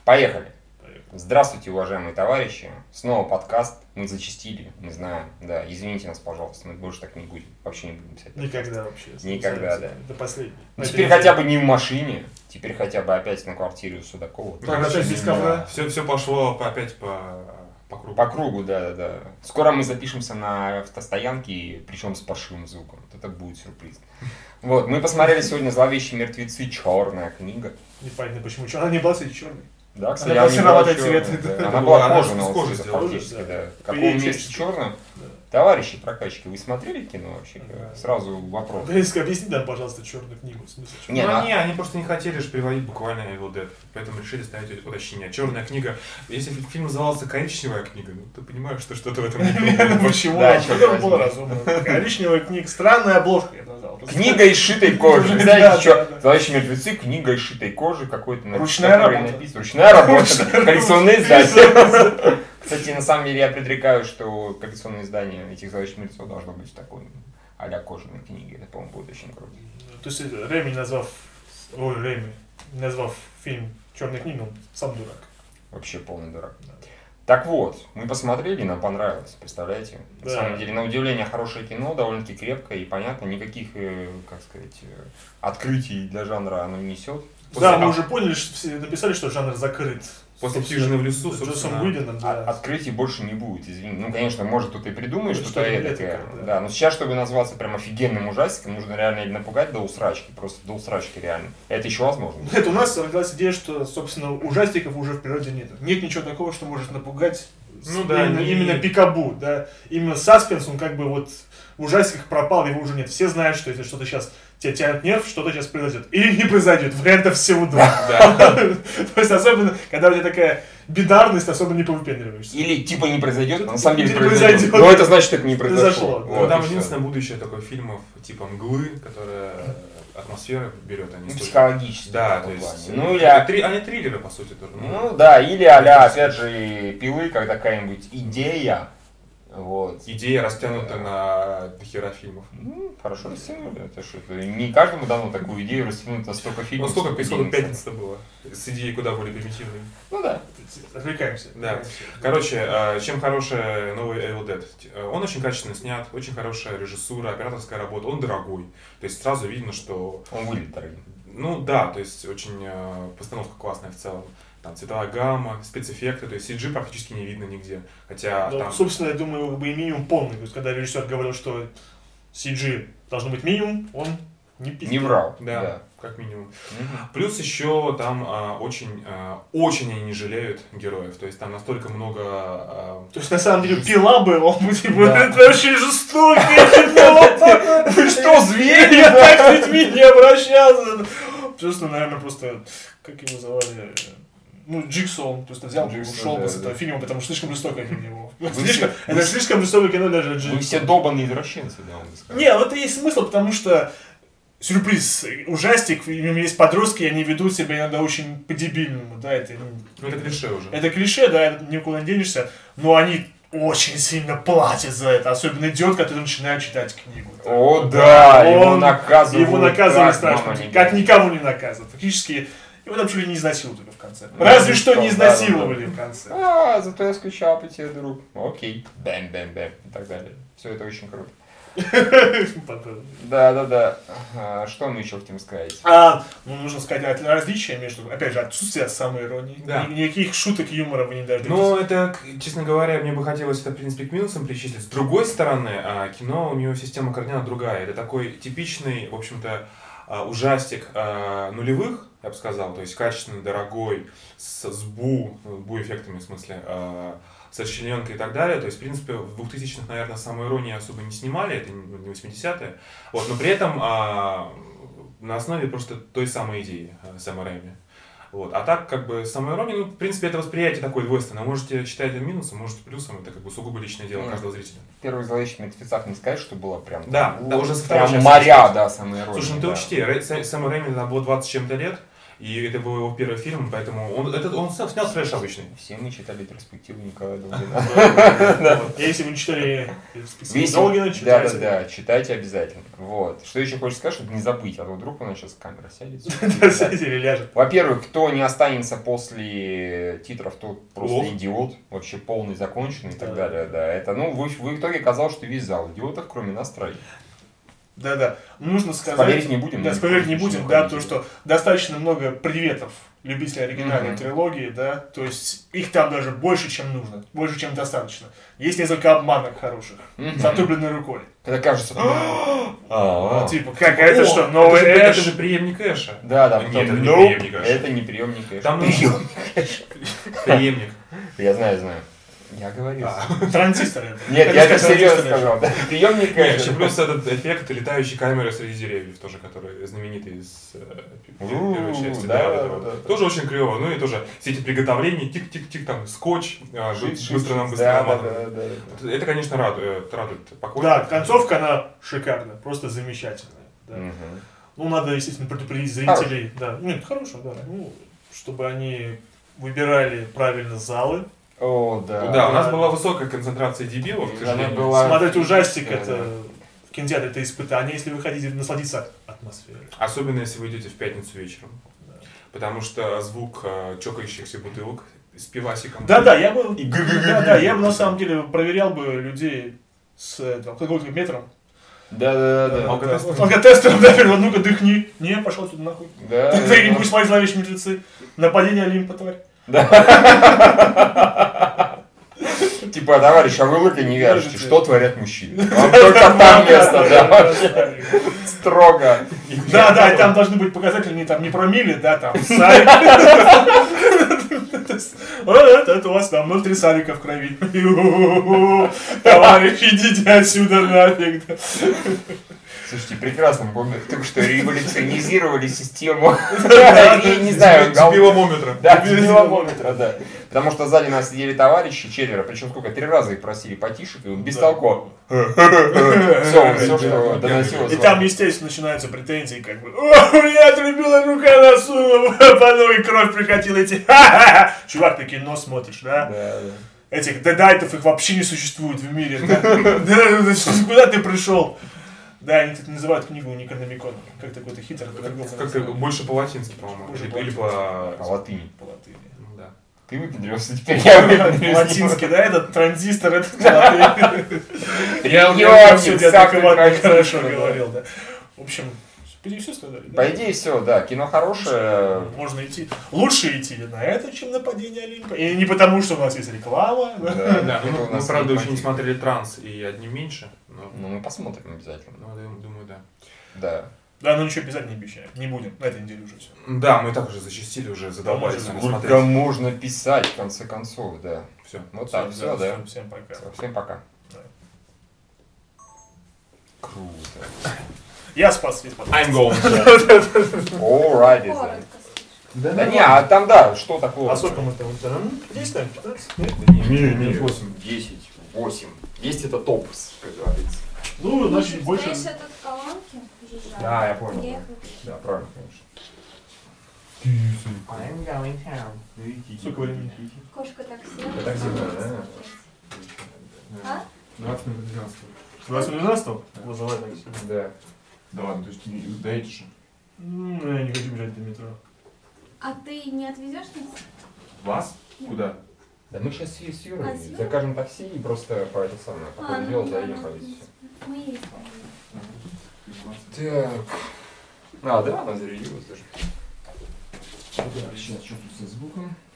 Поехали. Здравствуйте, уважаемые товарищи. Снова подкаст. Мы зачастили, мы знаем. Да, извините нас, пожалуйста, мы больше так не будем. Вообще не будем писать. Никогда вообще. Никогда, да. Это последний. Ну, теперь хотя бы не в машине. Теперь хотя бы опять на квартире у Судакова. Так, опять без ковра. Все пошло опять по кругу. По кругу, да. Скоро мы запишемся на автостоянке, причем с паршивым звуком. Вот это будет сюрприз. Вот, мы посмотрели сегодня «Зловещие мертвецы. Черная книга». Непонятно почему. Она не была, кстати, черной. Да, кстати, она была черная, цвет. да. Она была Она кожаная, из кожи вот, сделана, фактически, да. да. В каком месте черная? Да. Товарищи прокачки, вы смотрели кино вообще? Сразу вопрос. Объясни нам, пожалуйста, черную книгу. В смысле, что? Не, Они просто не хотели же переводить буквально Evil Dead, поэтому решили ставить уточнение. Черная книга. Если фильм назывался «Коричневая книга», ну ты понимаешь, что что-то в этом не было. Почему? Да, Это было разумно. Коричневая книга. Странная обложка, я бы назвал. Книга из шитой кожи. Да, Знаете, что? да. «Зловещие мертвецы», книга из шитой кожи, какой-то Ручная который работа. написан. Ручная работа. Коллекционные издания. Кстати, на самом деле я предрекаю, что коллекционное издание этих «Зловещих мертвецов» должно быть в такой а-ля кожаной книге. Это, по-моему, будет очень круто. То есть Рэми, назвав фильм «Черная книга», он сам дурак. Вообще полный дурак. Да. Так вот, мы посмотрели, нам понравилось, представляете? На Да. самом деле, на удивление, хорошее кино, довольно-таки крепкое и понятно, никаких, открытий для жанра оно не несет. Да, мы уже поняли, что все написали, что жанр закрыт. После «Хижины в лесу», Джоссом собственно, Уидоном, да. Открытий больше не будет, извини. Ну, конечно, может, кто-то и придумает Ну, что-то что-то эдакое. эдакое, Да, но сейчас, чтобы назваться прям офигенным ужастиком, нужно реально или напугать до усрачки, просто до усрачки реально. Это еще возможно. Это у нас родилась идея, что, собственно, ужастиков уже в природе нет. Нет ничего такого, что может напугать именно пикабу, да. Именно саспенс, он как бы вот в ужастиках пропал, его уже нет. Все знают, что если что-то сейчас тебя тянет нерв, что-то сейчас произойдет. Или не произойдет. Вариантов всего два. То есть, особенно, когда у тебя такая бинарность, особо не повыпендриваешься. Или типа не произойдет, а на самом деле Не произойдет. произойдет. Но это значит, что это не произошло. Произошло. Вот, там и всё. единственное будущее такое фильмов типа «Мглы», которая атмосфера берет, они Ну, психологически. Да, в то этом есть, плане. Ну, или они триллеры, по сути, тоже. Ну да, или а-ля, опять же, «Пилы», как какая-нибудь идея. Вот. Идея растянута на дохера фильмов. Ну, хорошо растянули. Это что, это не каждому дано такую идею растянуть на столько Ну фильмов. сколько денег. пятниц-то было? С идеей куда более примитивной. Ну да. Отвлекаемся. Да. Короче, чем хороший новый Evil Dead? Он очень качественно снят, очень хорошая режиссура, операторская работа, он дорогой. То есть сразу видно, что... Он выглядит дорогим. Ну да, то есть очень постановка классная в целом. Там цветовая гамма, спецэффекты, то есть CG практически не видно нигде. Хотя Ну, там... собственно, я думаю, как бы и минимум полный. То есть, когда режиссер говорил, что CG должно быть минимум, он не пиздил. Не врал. Да, как минимум. Мгм. Плюс еще там очень они не жалеют героев. То есть там настолько много... То есть, на самом деле, пила бы, он бы, типа, Да. это очень жестокое кино. Вы что, звери? Я так с людьми не обращался. Просто, наверное, просто, как его звали... Ну, Джигсо, он просто взял и Джигсо, ушел да, бы с да. этого фильма, потому что слишком жестокое для него. все- Это слишком жестокое кино даже для Джигсо. Вы все долбанные извращенцы, да, он бы сказал. Не, вот это есть смысл, потому что сюрприз, ужастик, в нем есть подростки, и они ведут себя иногда очень по-дебильному, да, это Ну это клише уже. это клише, да, это никуда не денешься, но они очень сильно платят за это, особенно идиот, который начинает читать книгу. О, да, его Он- наказывают. Его наказывали как, страшно, мама, не как горюй. никого не наказывают. Фактически, его там чуть ли не изнасиловали в конце. Ну, Разве что не да, изнасиловали да, в конце. А, зато я скучал по тебе, друг. Окей. Бэм-бэм-бэм. И так далее. Все это очень круто. Да. Что мы еще хотим сказать? Ну, нужно сказать различия между, опять же, отсутствие самоиронии. Да. Никаких шуток юмора вы не дождетесь. Ну, это, честно говоря, мне бы хотелось это, в принципе, к минусам причислить. С другой стороны, кино, у него система кардинально другая. Это такой типичный, в общем-то, ужастик нулевых, я бы сказал, то есть качественный, дорогой, с бу-эффектами, в смысле, с расчлененкой и так далее. То есть, в принципе, в 2000-х, наверное, самоиронии особо не снимали, это не 80-е. Вот, но при этом на основе просто той самой идеи Сэма Рэйми. Вот. А так, как бы, самоирония, ну, в принципе, это восприятие такое двойственное. Можете считать это минусом, можете плюсом, это как бы сугубо личное дело каждого зрителя. Первый «Зловещих мертвецах» не сказать, что было прям... Да, уже со прям второй части моря, началось. да, самоиронии. Слушай, ну ты учти, Сэму Рэйми было 20 с чем-то лет, И это был его первый фильм, поэтому он снял трэш обычный. Все мы читали перспективу Николая Долгина. Если вы не читали перспективу Долгина, читайте. Да, читайте обязательно. Вот. Что еще хочешь сказать, чтобы не забыть, а то вдруг у нас сейчас камера сядет. Да, сядет или ляжет. Во-первых, кто не останется после титров, тот просто идиот, вообще полный, законченный и так далее. Да, это, в итоге казалось, что весь зал идиотов, кроме нас троих. Да. Нужно сказать... Спойлерить не будем. Да, спойлерить не будем, да, потому что достаточно много приветов любителей оригинальной трилогии, да, то есть их там даже больше, чем нужно, больше, чем достаточно. Есть несколько обманок хороших, затупленной рукой. Это кажется... Типа, как, это что, новый Эш? Это же преемник Эша. Да, Нет, это не преемник Эша. Это не преемник Эша. Там преемник. Я знаю. Я говорил. Транзистор это. Нет, я это серьезно сказал. Приемник Эша. Плюс этот эффект летающей камеры среди деревьев, тоже, который знаменитый из первой части. Да. Тоже очень клево. Ну и тоже все эти приготовления, тик-тик-тик, там, скотч, быстро нам. Это, конечно, радует покой. Да, концовка, она шикарная, просто замечательная. Ну, надо, естественно, предупредить зрителей. Да. Нет, хорошая, да. Чтобы они выбирали правильно залы. О, да. Да, у нас была высокая концентрация дебилов. Смотреть ужастик, это в кинотеатре это испытание, если вы хотите насладиться атмосферой. Особенно, если вы идете в пятницу вечером. Да. Потому что звук чокающихся бутылок с пивасиком. Да, я бы на самом деле проверял бы людей с алкогольным метром. Да. Алкотестером, да, перед ну-ка дыхни. Не, пошел сюда нахуй. Да. Ты не будешь смотреть «Зловещие мертвецы». Нападение Олимпа, тварь. Да. Типа, товарищ, а вы лыка не вяжете. Что творят мужчины? Вам только там место, да? Строго. Да, и там должны быть показатели не промилле, да, там сарик. Это у вас там 0,3 сарика в крови. Товарищ, идите отсюда нафиг. Слушайте, прекрасно, помню, только что революционизировали систему, не знаю, дебиломометра. Да, дебиломометра, да. Потому что сзади нас сидели товарищи, четверо, причем сколько, 3 раза их просили потише, и бестолково. Все, что доносилось. И там, естественно, начинаются претензии, как бы, о, у меня отрубила рука насунула, по ноге кровь прикатила, эти, чувак, ты кино смотришь, да? Да. Этих дедайтов, их вообще не существует в мире, да? Куда ты пришел? Да, они тут называют книгу Некрономикон. Как такой-то хитр, по-другому. Как-то больше по-латински, по-моему. Или по латыни. По латыни. Ну да. Ты выпендрился, теперь я выпендрюсь. По-латински, да, этот транзистор, этот по латыни. Я все адекватно хорошо говорил, да. В общем, по идее все сказали, да? По идее все, да. Кино хорошее. Можно идти. Лучше идти на это, чем «Нападение Олимпа». И не потому, что у нас есть реклама. Да, мы, правда, еще не смотрели «Транс» и «Одним меньше». Ну, мы посмотрим обязательно. Ну, думаю, да. Да. Да, но ничего обязательно не обещаем. Не будем. На этой неделе уже все. Да, мы так уже зачастили, уже задолбались смотреть. Сколько можно писать, в конце концов, да. Все. Вот так, все, да. Всем пока. Всем пока. Круто. Я спас весь потом. I'm going. Alrighty then. Да не, а там да, что такое? А сколько мы там? 10, наверное, 15? Не, 8. 10, 8. 10 это топ, как говорится. Ну, значит, больше... Знаешь, этот в колонке? Да, я понял. Да, правильно, конечно. I'm going down. Сколько времени? Кошка так села. Это так сильно, да? А? 20 минут 12. 20 минут 12? Вызывай такси. Да. Да ладно, то есть не даете же. Ну, я не хочу бежать до метро. А ты не отвезешь нас? Вас? Куда? Да мы сейчас с Юрой А, с Юрой? закажем такси и просто по это самое, по ходу дела заедем и все. Мы есть. Так. А, да, она зарядилась даже. Сейчас что тут со звуком?